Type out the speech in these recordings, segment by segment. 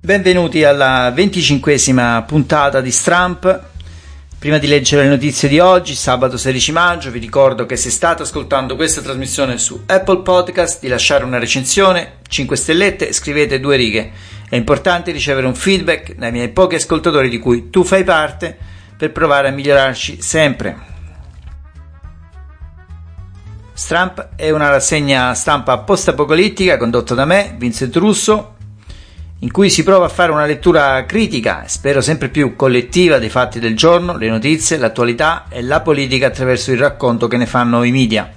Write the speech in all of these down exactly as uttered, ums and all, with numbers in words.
Benvenuti alla venticinquesima puntata di Stramp. Prima di leggere le notizie di oggi, sabato sedici maggio, vi ricordo che se state ascoltando questa trasmissione su Apple Podcast di lasciare una recensione, cinque stellette e scrivete due righe. È importante ricevere un feedback dai miei pochi ascoltatori di cui tu fai parte per provare a migliorarci sempre. Stramp è una rassegna stampa post-apocalittica condotta da me, Vincent Russo, in cui si prova a fare una lettura critica, spero sempre più collettiva, dei fatti del giorno, le notizie, l'attualità e la politica attraverso il racconto che ne fanno i media.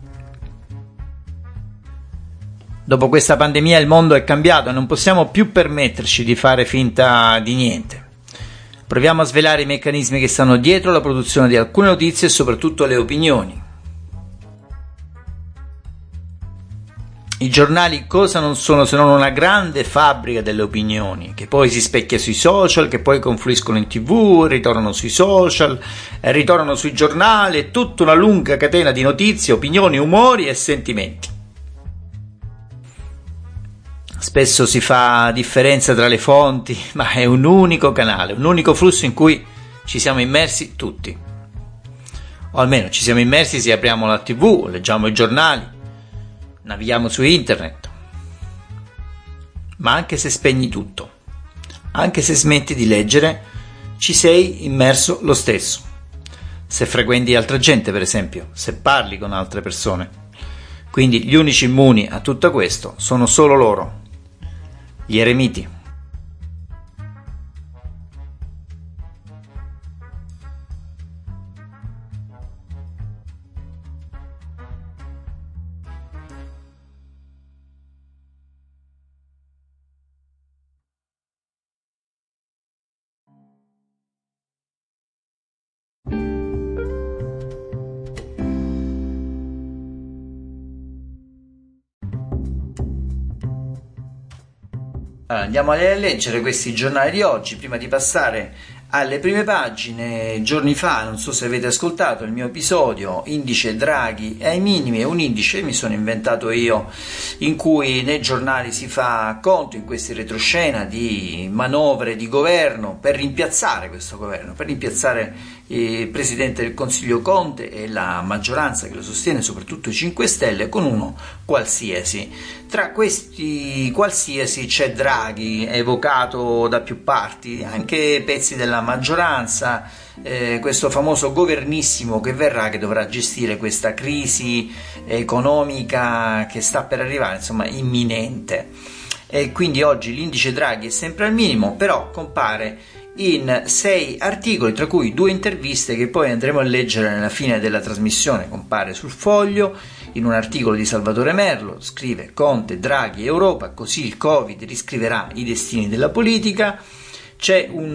Dopo questa pandemia il mondo è cambiato e non possiamo più permetterci di fare finta di niente. Proviamo a svelare i meccanismi che stanno dietro la produzione di alcune notizie e soprattutto le opinioni. I giornali cosa non sono se non una grande fabbrica delle opinioni, che poi si specchia sui social, che poi confluiscono in tv, ritornano sui social, ritornano sui giornali, è tutta una lunga catena di notizie, opinioni, umori e sentimenti. Spesso si fa differenza tra le fonti, ma è un unico canale, un unico flusso in cui ci siamo immersi tutti. O almeno ci siamo immersi se apriamo la tv, leggiamo i giornali, navighiamo su internet. Ma anche se spegni tutto, anche se smetti di leggere, ci sei immerso lo stesso. Se frequenti altra gente, per esempio, se parli con altre persone. Quindi gli unici immuni a tutto questo sono solo loro, gli eremiti. Allora, andiamo a leggere questi giornali di oggi prima di passare alle prime pagine. Giorni fa, non so se avete ascoltato il mio episodio indice Draghi ai minimi, è un indice che mi sono inventato io, in cui nei giornali si fa conto in questi retroscena di manovre di governo per rimpiazzare questo governo, per rimpiazzare il Presidente del Consiglio Conte e la maggioranza che lo sostiene, soprattutto i cinque Stelle, con uno qualsiasi. Tra questi qualsiasi c'è Draghi, evocato da più parti, anche pezzi della maggioranza, eh, questo famoso governissimo che verrà, che dovrà gestire questa crisi economica che sta per arrivare, insomma imminente. E quindi oggi l'indice Draghi è sempre al minimo, però compare in sei articoli, tra cui due interviste che poi andremo a leggere nella fine della trasmissione. Compare sul Foglio, in un articolo di Salvatore Merlo, scrive: Conte, Draghi, Europa, così il Covid riscriverà i destini della politica. C'è un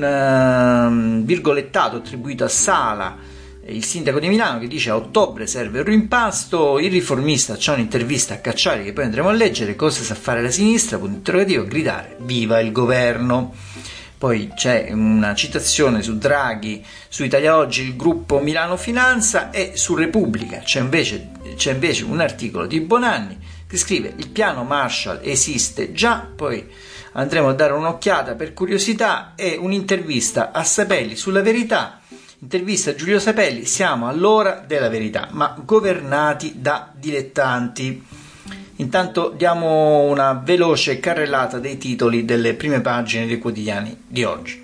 uh, virgolettato attribuito a Sala, il sindaco di Milano, che dice: a ottobre serve il rimpasto. Il Riformista c'è un'intervista a Cacciari che poi andremo a leggere: cosa sa fare la sinistra? Punto interrogativo, gridare viva il governo. Poi c'è una citazione su Draghi, su Italia Oggi, il gruppo Milano Finanza, e su Repubblica c'è invece, c'è invece un articolo di Bonanni che scrive: il piano Marshall esiste già. Poi andremo a dare un'occhiata per curiosità, e un'intervista a Sapelli sulla Verità, intervista a Giulio Sapelli: siamo all'ora della verità, ma governati da dilettanti. Intanto diamo una veloce carrellata dei titoli delle prime pagine dei quotidiani di oggi.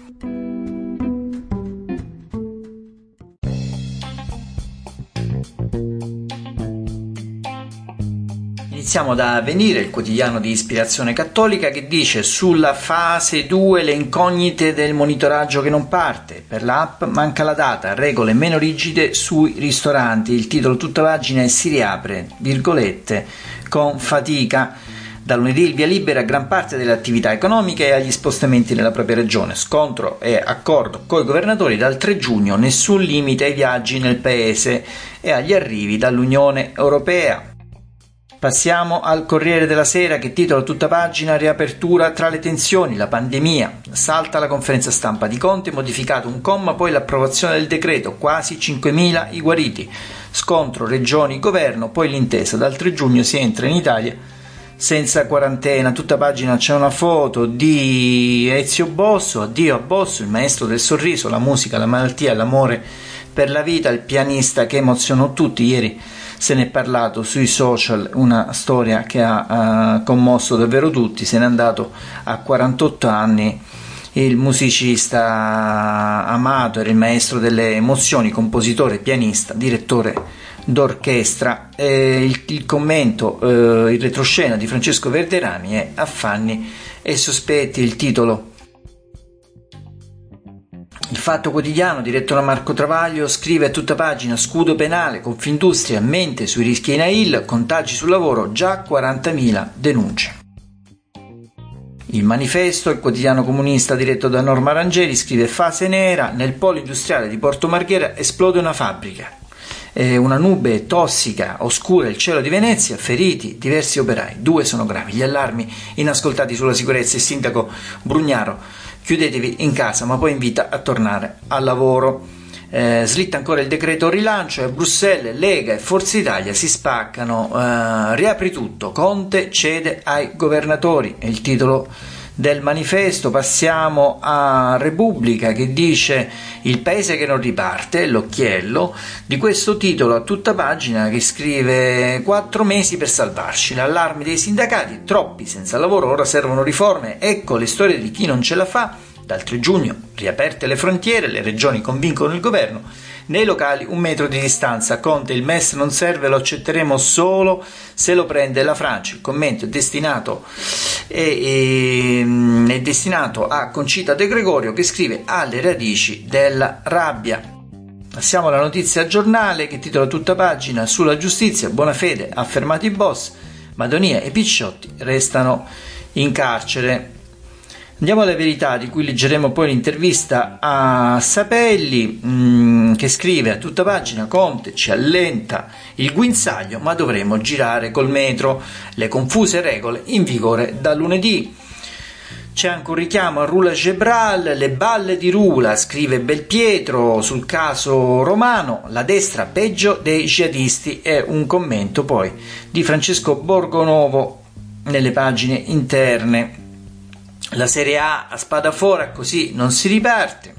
Iniziamo da Avvenire, il quotidiano di ispirazione cattolica, che dice: sulla fase due le incognite del monitoraggio che non parte, per l'app manca la data, regole meno rigide sui ristoranti. Il titolo tutta pagina è: si riapre, virgolette, con fatica. Da lunedì il via libera a gran parte delle attività economiche e agli spostamenti nella propria regione. Scontro e accordo coi governatori. Dal tre giugno nessun limite ai viaggi nel paese e agli arrivi dall'Unione Europea. Passiamo al Corriere della Sera, che titola tutta pagina: riapertura tra le tensioni, la pandemia. Salta la conferenza stampa di Conte, modificato un comma, poi l'approvazione del decreto, quasi cinquemila i guariti. Scontro regioni-governo, poi l'intesa, dal tre giugno si entra in Italia senza quarantena. Tutta pagina c'è una foto di Ezio Bosso, addio a Bosso, il maestro del sorriso, la musica, la malattia, l'amore per la vita, il pianista che emozionò tutti. Ieri se ne è parlato sui social, una storia che ha uh, commosso davvero tutti. Se n'è andato a quarantotto anni il musicista amato, era il maestro delle emozioni, compositore, pianista, direttore d'orchestra. E il, il commento, eh, il retroscena di Francesco Verderami è Affanni e sospetti. Il titolo: Il Fatto Quotidiano, diretto da Marco Travaglio, scrive a tutta pagina: scudo penale, Confindustria mente sui rischi in A I L, contagi sul lavoro, già quarantamila denunce. Il Manifesto, il quotidiano comunista diretto da Norma Rangeli, scrive: fase nera, nel polo industriale di Porto Marghera esplode una fabbrica. Eh, una nube tossica oscura il cielo di Venezia, feriti diversi operai, due sono gravi. Gli allarmi inascoltati sulla sicurezza. Il sindaco Brugnaro: chiudetevi in casa, ma poi invita a tornare al lavoro. Eh, slitta ancora il decreto rilancio e a Bruxelles Lega e Forza Italia si spaccano. Eh, riapri tutto, Conte cede ai governatori, è il titolo del Manifesto. Passiamo a Repubblica, che dice: il paese che non riparte, l'occhiello di questo titolo a tutta pagina, che scrive: quattro mesi per salvarci, l'allarme dei sindacati, troppi senza lavoro, ora servono riforme, ecco le storie di chi non ce la fa. Dal tre giugno riaperte le frontiere, le regioni convincono il governo, nei locali un metro di distanza. Conte: il M E S non serve, lo accetteremo solo se lo prende la Francia. Il commento è destinato, è, è, è destinato a Concita De Gregorio, che scrive: alle radici della rabbia. Passiamo alla notizia giornale, che titola tutta pagina: sulla giustizia, Bonafede ha fermato i boss, Madonia e Picciotti restano in carcere. Andiamo alla Verità, di cui leggeremo poi l'intervista a Sapelli, mh, che scrive a tutta pagina: Conte ci allenta il guinzaglio, ma dovremo girare col metro, le confuse regole in vigore da lunedì. C'è anche un richiamo a Rula Gebral, le balle di Rula, scrive Belpietro sul caso Romano, la destra peggio dei jihadisti, e un commento poi di Francesco Borgonovo nelle pagine interne. La Serie A a spadafora, così non si riparte.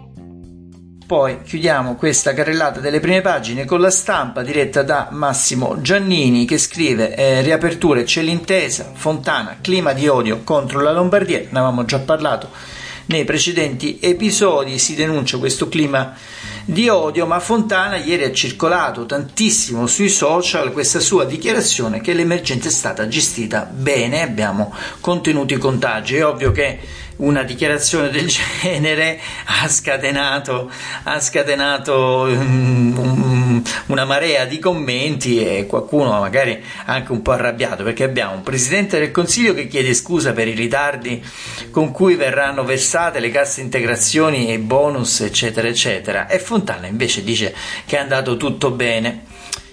Poi chiudiamo questa carrellata delle prime pagine con La Stampa, diretta da Massimo Giannini, che scrive: eh, riaperture, c'è l'intesa, Fontana, clima di odio contro la Lombardia. Ne avevamo già parlato nei precedenti episodi, si denuncia questo clima di odio, ma Fontana ieri ha circolato tantissimo sui social questa sua dichiarazione che l'emergenza è stata gestita bene, abbiamo contenuto i contagi. È ovvio che una dichiarazione del genere ha scatenato, ha scatenato um, una marea di commenti, e qualcuno magari anche un po' arrabbiato, perché abbiamo un Presidente del Consiglio che chiede scusa per i ritardi con cui verranno versate le casse integrazioni e i bonus eccetera eccetera, e Fontana invece dice che è andato tutto bene.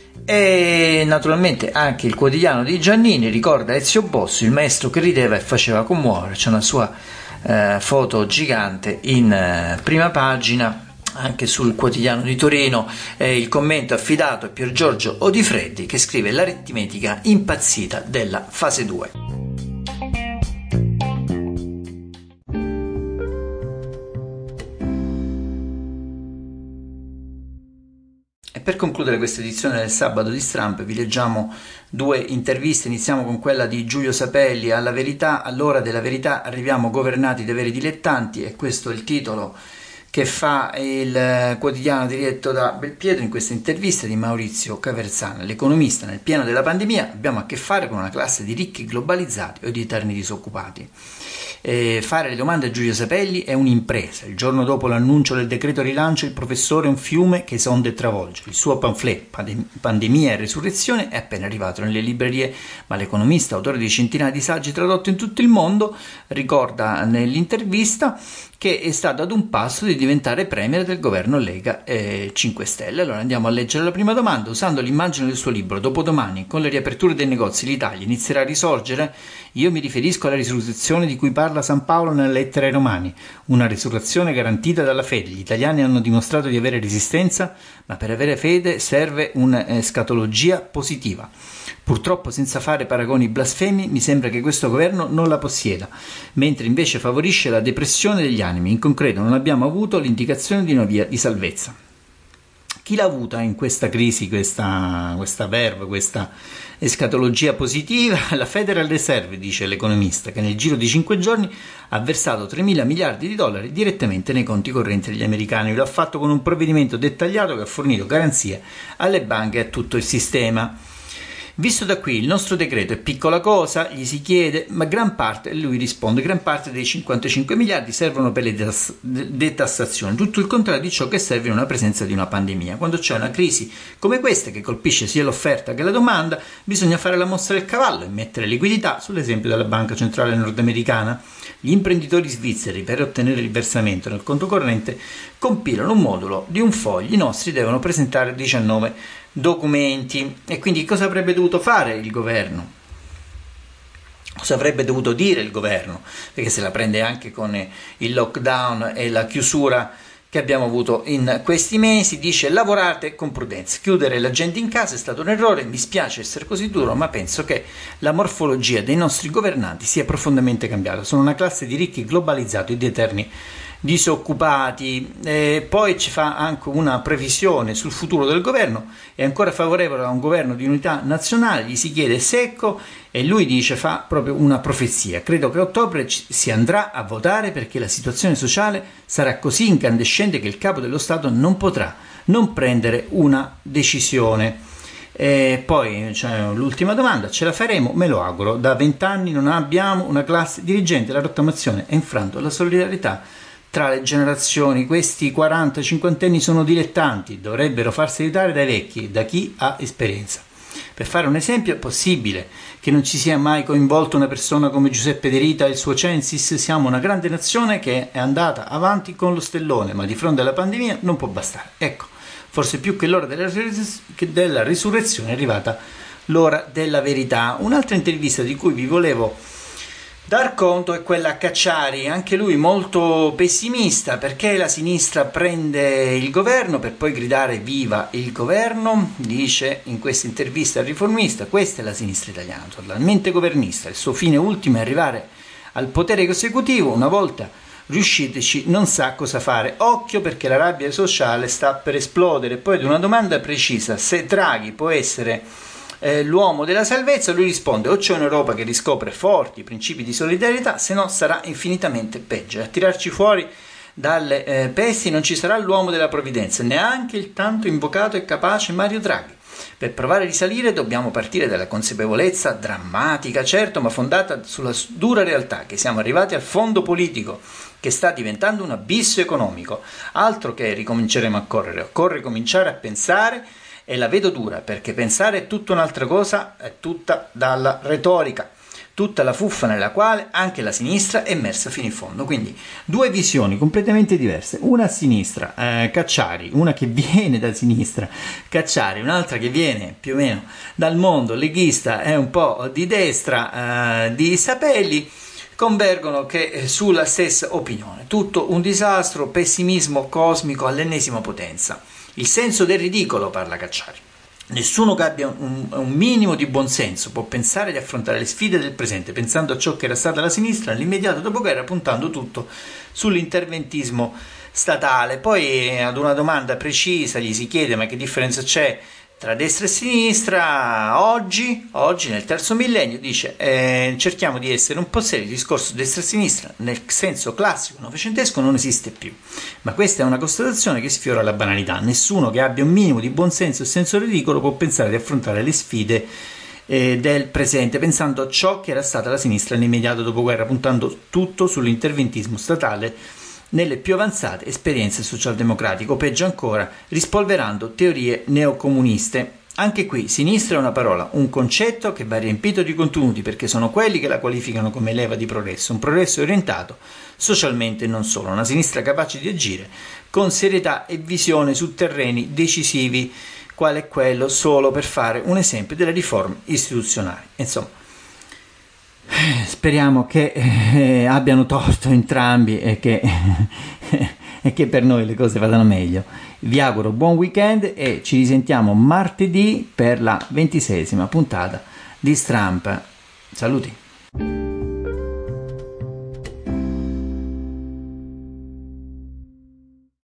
E naturalmente anche il quotidiano di Giannini ricorda Ezio Bosso, il maestro che rideva e faceva commuovere. C'è una sua eh, foto gigante in eh, prima pagina. Anche sul quotidiano di Torino eh, il commento affidato a Pier Giorgio Odifreddi, che scrive: l'aritmetica impazzita della fase due. E per concludere questa edizione del sabato di Strampe vi leggiamo due interviste. Iniziamo con quella di Giulio Sapelli alla Verità: all'ora della verità arriviamo governati da veri dilettanti, e questo è il titolo che fa il quotidiano diretto da Belpietro in questa intervista di Maurizio Caverzana. L'economista: nel pieno della pandemia abbiamo a che fare con una classe di ricchi globalizzati o di eterni disoccupati. Eh, fare le domande a Giulio Sapelli è un'impresa. Il giorno dopo l'annuncio del decreto rilancio, il professore è un fiume che sonda e travolge. Il suo pamphlet Pandemia e Resurrezione è appena arrivato nelle librerie, ma l'economista, autore di centinaia di saggi tradotti in tutto il mondo, ricorda nell'intervista che è stato ad un passo di diventare premier del governo Lega eh, cinque Stelle. Allora andiamo a leggere la prima domanda. Usando l'immagine del suo libro, dopodomani, con le riaperture dei negozi, l'Italia inizierà a risorgere? Io mi riferisco alla risurrezione di cui parla San Paolo nella lettera ai Romani, una risurrezione garantita dalla fede. Gli italiani hanno dimostrato di avere resistenza, ma per avere fede serve un'escatologia positiva. Purtroppo, senza fare paragoni blasfemi, mi sembra che questo governo non la possieda, mentre invece favorisce la depressione degli animi. In concreto non abbiamo avuto l'indicazione di una via di salvezza. Chi l'ha avuta in questa crisi, questa, questa verve, questa escatologia positiva? La Federal Reserve, dice l'economista, che nel giro di cinque giorni ha versato tremila miliardi di dollari direttamente nei conti correnti degli americani. Lo ha fatto con un provvedimento dettagliato che ha fornito garanzie alle banche e a tutto il sistema. Visto da qui, il nostro decreto è piccola cosa? Gli si chiede, ma gran parte, e lui risponde, gran parte dei cinquantacinque miliardi servono per le detas- detassazioni, tutto il contrario di ciò che serve in una presenza di una pandemia. Quando c'è una crisi come questa che colpisce sia l'offerta che la domanda, bisogna fare la mossa del cavallo e mettere liquidità, sull'esempio della Banca Centrale Nordamericana. Gli imprenditori svizzeri, per ottenere il versamento nel conto corrente, compilano un modulo di un foglio. I nostri devono presentare diciannove documenti. E quindi cosa avrebbe dovuto fare il governo? Cosa avrebbe dovuto dire il governo? Perché se la prende anche con il lockdown e la chiusura che abbiamo avuto in questi mesi. Dice: lavorate con prudenza, chiudere la gente in casa è stato un errore, mi spiace essere così duro, ma penso che la morfologia dei nostri governanti sia profondamente cambiata. Sono una classe di ricchi globalizzati e di eterni disoccupati. E poi ci fa anche una previsione sul futuro del governo. È ancora favorevole a un governo di unità nazionale, gli si chiede secco, e lui dice, fa proprio una profezia: credo che a ottobre si andrà a votare perché la situazione sociale sarà così incandescente che il capo dello Stato non potrà non prendere una decisione. E poi c'è l'ultima domanda: ce la faremo? Me lo auguro. Da vent'anni non abbiamo una classe dirigente, la rottamazione è infranto la solidarietà tra le generazioni. Questi quaranta cinquanta anni sono dilettanti, dovrebbero farsi aiutare dai vecchi, da chi ha esperienza. Per fare un esempio, è possibile che non ci sia mai coinvolto una persona come Giuseppe De Rita e il suo Censis? Siamo una grande nazione che è andata avanti con lo stellone, ma di fronte alla pandemia non può bastare. Ecco, forse più che l'ora della, ris- che della risurrezione è arrivata l'ora della verità. Un'altra intervista di cui vi volevo dar conto è quella a Cacciari, anche lui molto pessimista, perché la sinistra prende il governo per poi gridare viva il governo. Dice in questa intervista al Riformista: questa è la sinistra italiana, totalmente governista, il suo fine ultimo è arrivare al potere esecutivo, una volta riusciteci non sa cosa fare, occhio perché la rabbia sociale sta per esplodere. Poi ad una domanda precisa, se Draghi può essere Eh, l'uomo della salvezza, lui risponde: o c'è un'Europa che riscopre forti principi di solidarietà, se no sarà infinitamente peggio. A tirarci fuori dalle eh, pesti non ci sarà l'uomo della provvidenza, neanche il tanto invocato e capace Mario Draghi. Per provare a risalire dobbiamo partire dalla consapevolezza drammatica, certo, ma fondata sulla dura realtà, che siamo arrivati al fondo politico che sta diventando un abisso economico. Altro che ricominceremo a correre, occorre cominciare a pensare. E la vedo dura, perché pensare è tutta un'altra cosa, è tutta dalla retorica, tutta la fuffa nella quale anche la sinistra è immersa fino in fondo. Quindi due visioni completamente diverse, una a sinistra, eh, Cacciari, una che viene da sinistra, Cacciari, un'altra che viene più o meno dal mondo leghista e un po' di destra, eh, di Sapelli, convergono che sulla stessa opinione. Tutto un disastro, pessimismo cosmico all'ennesima potenza. Il senso del ridicolo, parla Cacciari. Nessuno che abbia un, un minimo di buonsenso può pensare di affrontare le sfide del presente pensando a ciò che era stata la sinistra nell'immediato dopoguerra, puntando tutto sull'interventismo statale. Poi ad una domanda precisa gli si chiede: ma che differenza c'è tra destra e sinistra oggi, oggi nel terzo millennio? Dice: eh, cerchiamo di essere un po' seri, il discorso destra e sinistra nel senso classico novecentesco non esiste più, ma questa è una constatazione che sfiora la banalità. Nessuno che abbia un minimo di buonsenso e senso ridicolo può pensare di affrontare le sfide eh, del presente pensando a ciò che era stata la sinistra nell'immediato dopoguerra, puntando tutto sull'interventismo statale nelle più avanzate esperienze socialdemocratiche, o peggio ancora, rispolverando teorie neocomuniste. Anche qui sinistra è una parola, un concetto che va riempito di contenuti, perché sono quelli che la qualificano come leva di progresso, un progresso orientato socialmente e non solo, una sinistra capace di agire con serietà e visione su terreni decisivi, quale è quello, solo per fare un esempio, delle riforme istituzionali. Insomma, speriamo che eh, abbiano torto entrambi e che, e che per noi le cose vadano meglio. Vi auguro buon weekend e ci risentiamo martedì per la ventiseiesima puntata di strampa. Saluti.